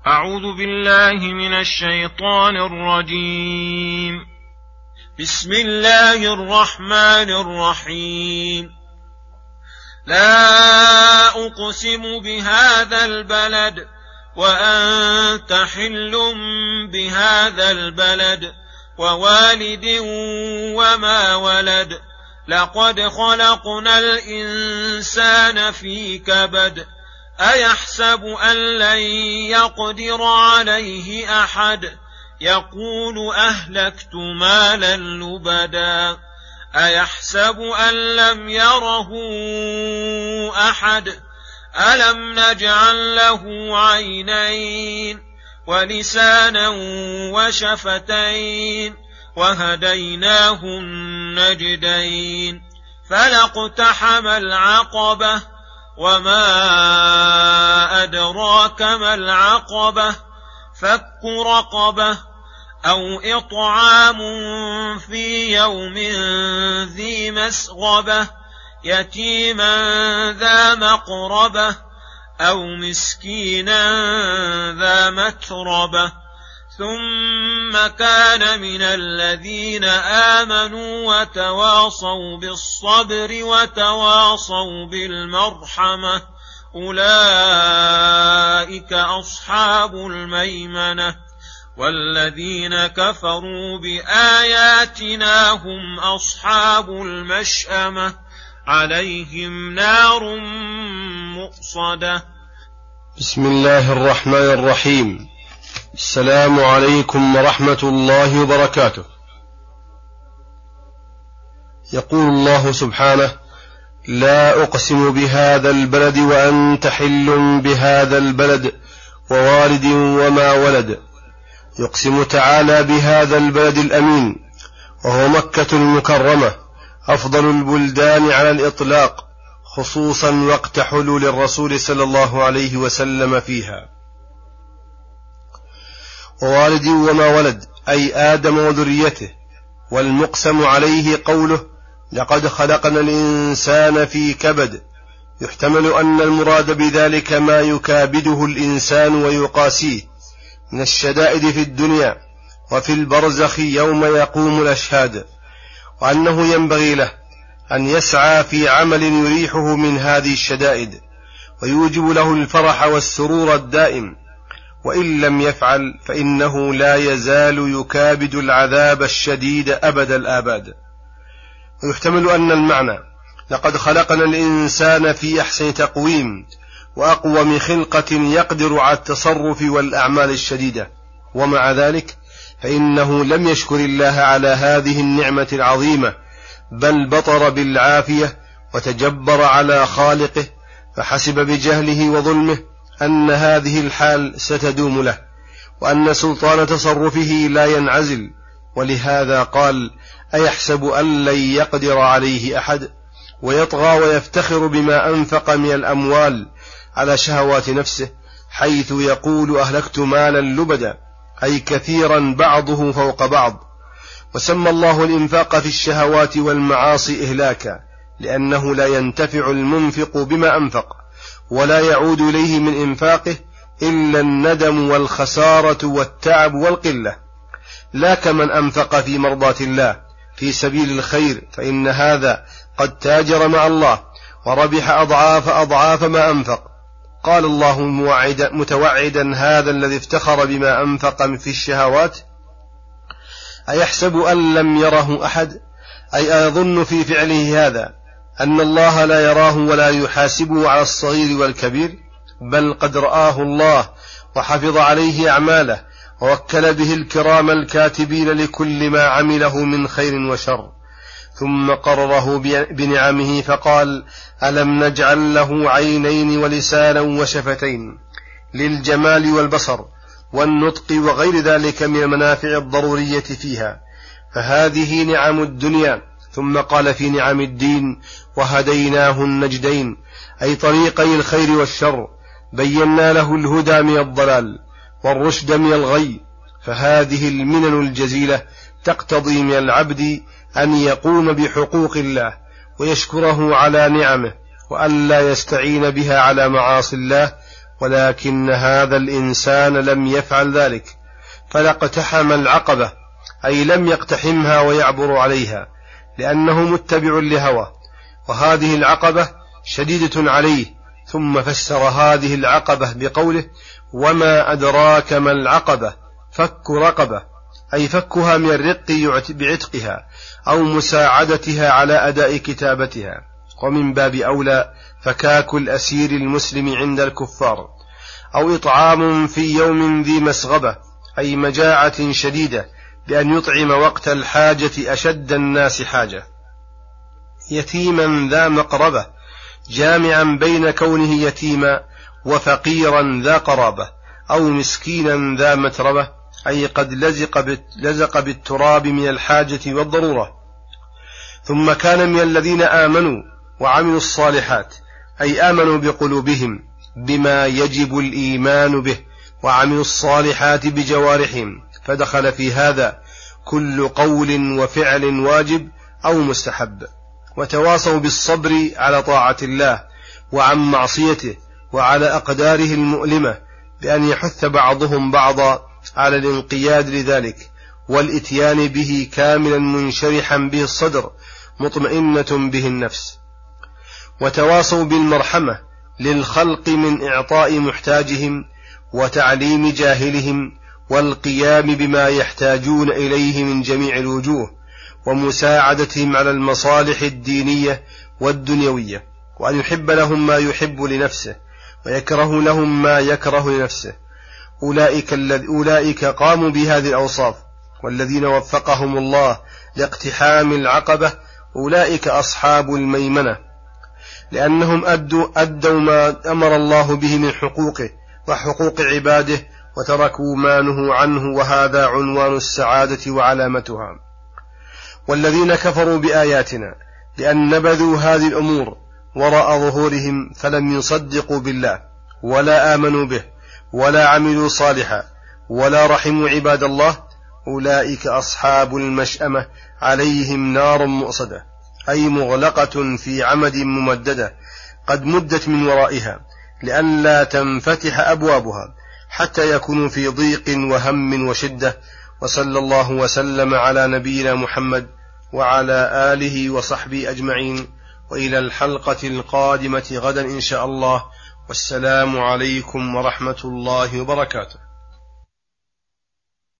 أعوذ بالله من الشيطان الرجيم. بسم الله الرحمن الرحيم. لا أقسم بهذا البلد وأنت حل بهذا البلد ووالد وما ولد لقد خلقنا الإنسان في كبد أيحسب أن لن يقدر عليه أحد يقول أهلكت مالا لبدا أيحسب أن لم يره أحد ألم نجعل له عينين ولسانا وشفتين وهديناه النجدين فلاقتحم العقبة وما أدراك ما العقبة فك رقبة أو إطعام في يوم ذي مسغبة يتيما ذا مقربة أو مسكينا ذا متربة ثم كان من الذين آمنوا وتواصوا بالصبر وتواصوا بالمرحمة أولئك أصحاب الميمنة والذين كفروا بآياتنا هم أصحاب المشأمة عليهم نار مؤصدة. بسم الله الرحمن الرحيم. السلام عليكم ورحمة الله وبركاته. يقول الله سبحانه: لا أقسم بهذا البلد وأنت حل بهذا البلد ووالد وما ولد. يقسم تعالى بهذا البلد الأمين وهو مكة المكرمة أفضل البلدان على الإطلاق، خصوصا وقت حلول الرسول صلى الله عليه وسلم فيها. ووالد وما ولد أي آدم وذريته. والمقسم عليه قوله: لقد خلقنا الإنسان في كبد. يحتمل أن المراد بذلك ما يكابده الإنسان ويقاسيه من الشدائد في الدنيا وفي البرزخ يوم يقوم الأشهاد، وأنه ينبغي له أن يسعى في عمل يريحه من هذه الشدائد ويوجب له الفرح والسرور الدائم، وإن لم يفعل فإنه لا يزال يكابد العذاب الشديد أبد الآباد. ويحتمل أن المعنى: لقد خلقنا الإنسان في أحسن تقويم وأقوم خلقة يقدر على التصرف والأعمال الشديدة، ومع ذلك فإنه لم يشكر الله على هذه النعمة العظيمة، بل بطر بالعافية وتجبر على خالقه، فحسب بجهله وظلمه أن هذه الحال ستدوم له، وأن سلطان تصرفه لا ينعزل، ولهذا قال: أيحسب أن لن يقدر عليه أحد، ويطغى ويفتخر بما أنفق من الأموال على شهوات نفسه، حيث يقول أهلكت مالا لبدا، أي كثيرا بعضه فوق بعض. وسمى الله الإنفاق في الشهوات والمعاصي إهلاكا، لأنه لا ينتفع المنفق بما أنفق، ولا يعود إليه من إنفاقه إلا الندم والخسارة والتعب والقلة، لا كمن أنفق في مرضاة الله في سبيل الخير، فإن هذا قد تاجر مع الله وربح أضعاف ما أنفق. قال الله متوعدا هذا الذي افتخر بما أنفق في الشهوات: أيحسب أن لم يره أحد، أي أيظن في فعله هذا أن الله لا يراه ولا يحاسبه على الصغير والكبير، بل قد رآه الله وحفظ عليه أعماله ووكل به الكرام الكاتبين لكل ما عمله من خير وشر، ثم قرره بنعمه فقال: ألم نجعل له عينين ولسانا وشفتين، للجمال والبصر والنطق وغير ذلك من المنافع الضرورية فيها، فهذه نعم الدنيا. ثم قال في نعم الدين: وهديناه النجدين، أي طريقي الخير والشر، بينا له الهدى من الضلال والرشد من الغي. فهذه المنن الجزيلة تقتضي من العبد أن يقوم بحقوق الله ويشكره على نعمه، وأن لا يستعين بها على معاصي الله ولكن هذا الإنسان لم يفعل ذلك، فلاقتحم العقبة، أي لم يقتحمها ويعبر عليها، لأنه متبع لهوى، وهذه العقبة شديدة عليه. ثم فسر هذه العقبة بقوله: وما أدراك ما العقبة، فك رقبة، أي فكها من الرق بعتقها أو مساعدتها على أداء كتابتها. ومن باب أولى فكاك الأسير المسلم عند الكفار، أو إطعام في يوم ذي مسغبة، أي مجاعة شديدة، بأن يطعم وقت الحاجة أشد الناس حاجة. يتيما ذا مقربة، جامعا بين كونه يتيما وفقيرا ذا قرابة، أو مسكينا ذا متربة، أي قد لزق بالتراب من الحاجة والضرورة. ثم كان من الذين آمنوا وعملوا الصالحات، أي آمنوا بقلوبهم بما يجب الإيمان به، وعملوا الصالحات بجوارحهم، فدخل في هذا كل قول وفعل واجب أو مستحب. وتواصوا بالصبر على طاعة الله وعن معصيته، وعلى أقداره المؤلمة، بأن يحث بعضهم بعضا على الانقياد لذلك والإتيان به كاملا منشرحا به الصدر، مطمئنة به النفس. وتواصوا بالمرحمة للخلق من إعطاء محتاجهم وتعليم جاهلهم، والقيام بما يحتاجون إليه من جميع الوجوه، ومساعدتهم على المصالح الدينية والدنيوية، وأن يحب لهم ما يحب لنفسه ويكره لهم ما يكره لنفسه. أولئك قاموا بهذه الأوصاف، والذين وفقهم الله لاقتحام العقبة أولئك أصحاب الميمنة، لأنهم أدوا ما أمر الله به من حقوقه وحقوق عباده، وتركوا ما نهوا عنه، وهذا عنوان السعادة وعلامتها. والذين كفروا بآياتنا لأن نبذوا هذه الأمور وراء ظهورهم، فلم يصدقوا بالله ولا آمنوا به ولا عملوا صالحا ولا رحموا عباد الله، أولئك أصحاب المشأمة، عليهم نار مؤصدة، أي مغلقة في عمد ممددة قد مدت من ورائها، لئلا تنفتح أبوابها حتى يكونوا في ضيق وهم وشدة. وصلى الله وسلم على نبينا محمد وعلى آله وصحبه أجمعين، وإلى الحلقة القادمة غدا إن شاء الله، والسلام عليكم ورحمة الله وبركاته.